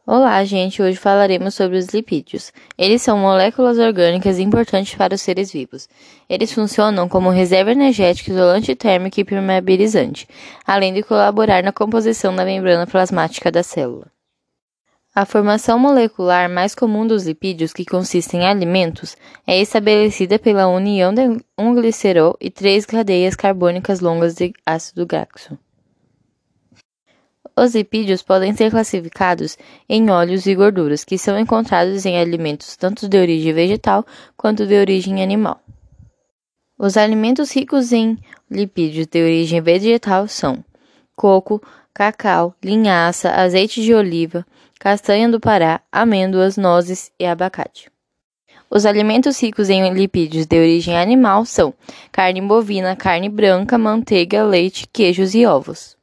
Olá, gente! Hoje falaremos sobre os lipídios. Eles são moléculas orgânicas importantes para os seres vivos. Eles funcionam como reserva energética, isolante térmico e permeabilizante, além de colaborar na composição da membrana plasmática da célula. A formação molecular mais comum dos lipídios, que consistem em alimentos, é estabelecida pela união de um glicerol e 3 cadeias carbônicas longas de ácido graxo. Os lipídios podem ser classificados em óleos e gorduras, que são encontrados em alimentos tanto de origem vegetal quanto de origem animal. Os alimentos ricos em lipídios de origem vegetal são coco, cacau, linhaça, azeite de oliva, castanha do Pará, amêndoas, nozes e abacate. Os alimentos ricos em lipídios de origem animal são carne bovina, carne branca, manteiga, leite, queijos e ovos.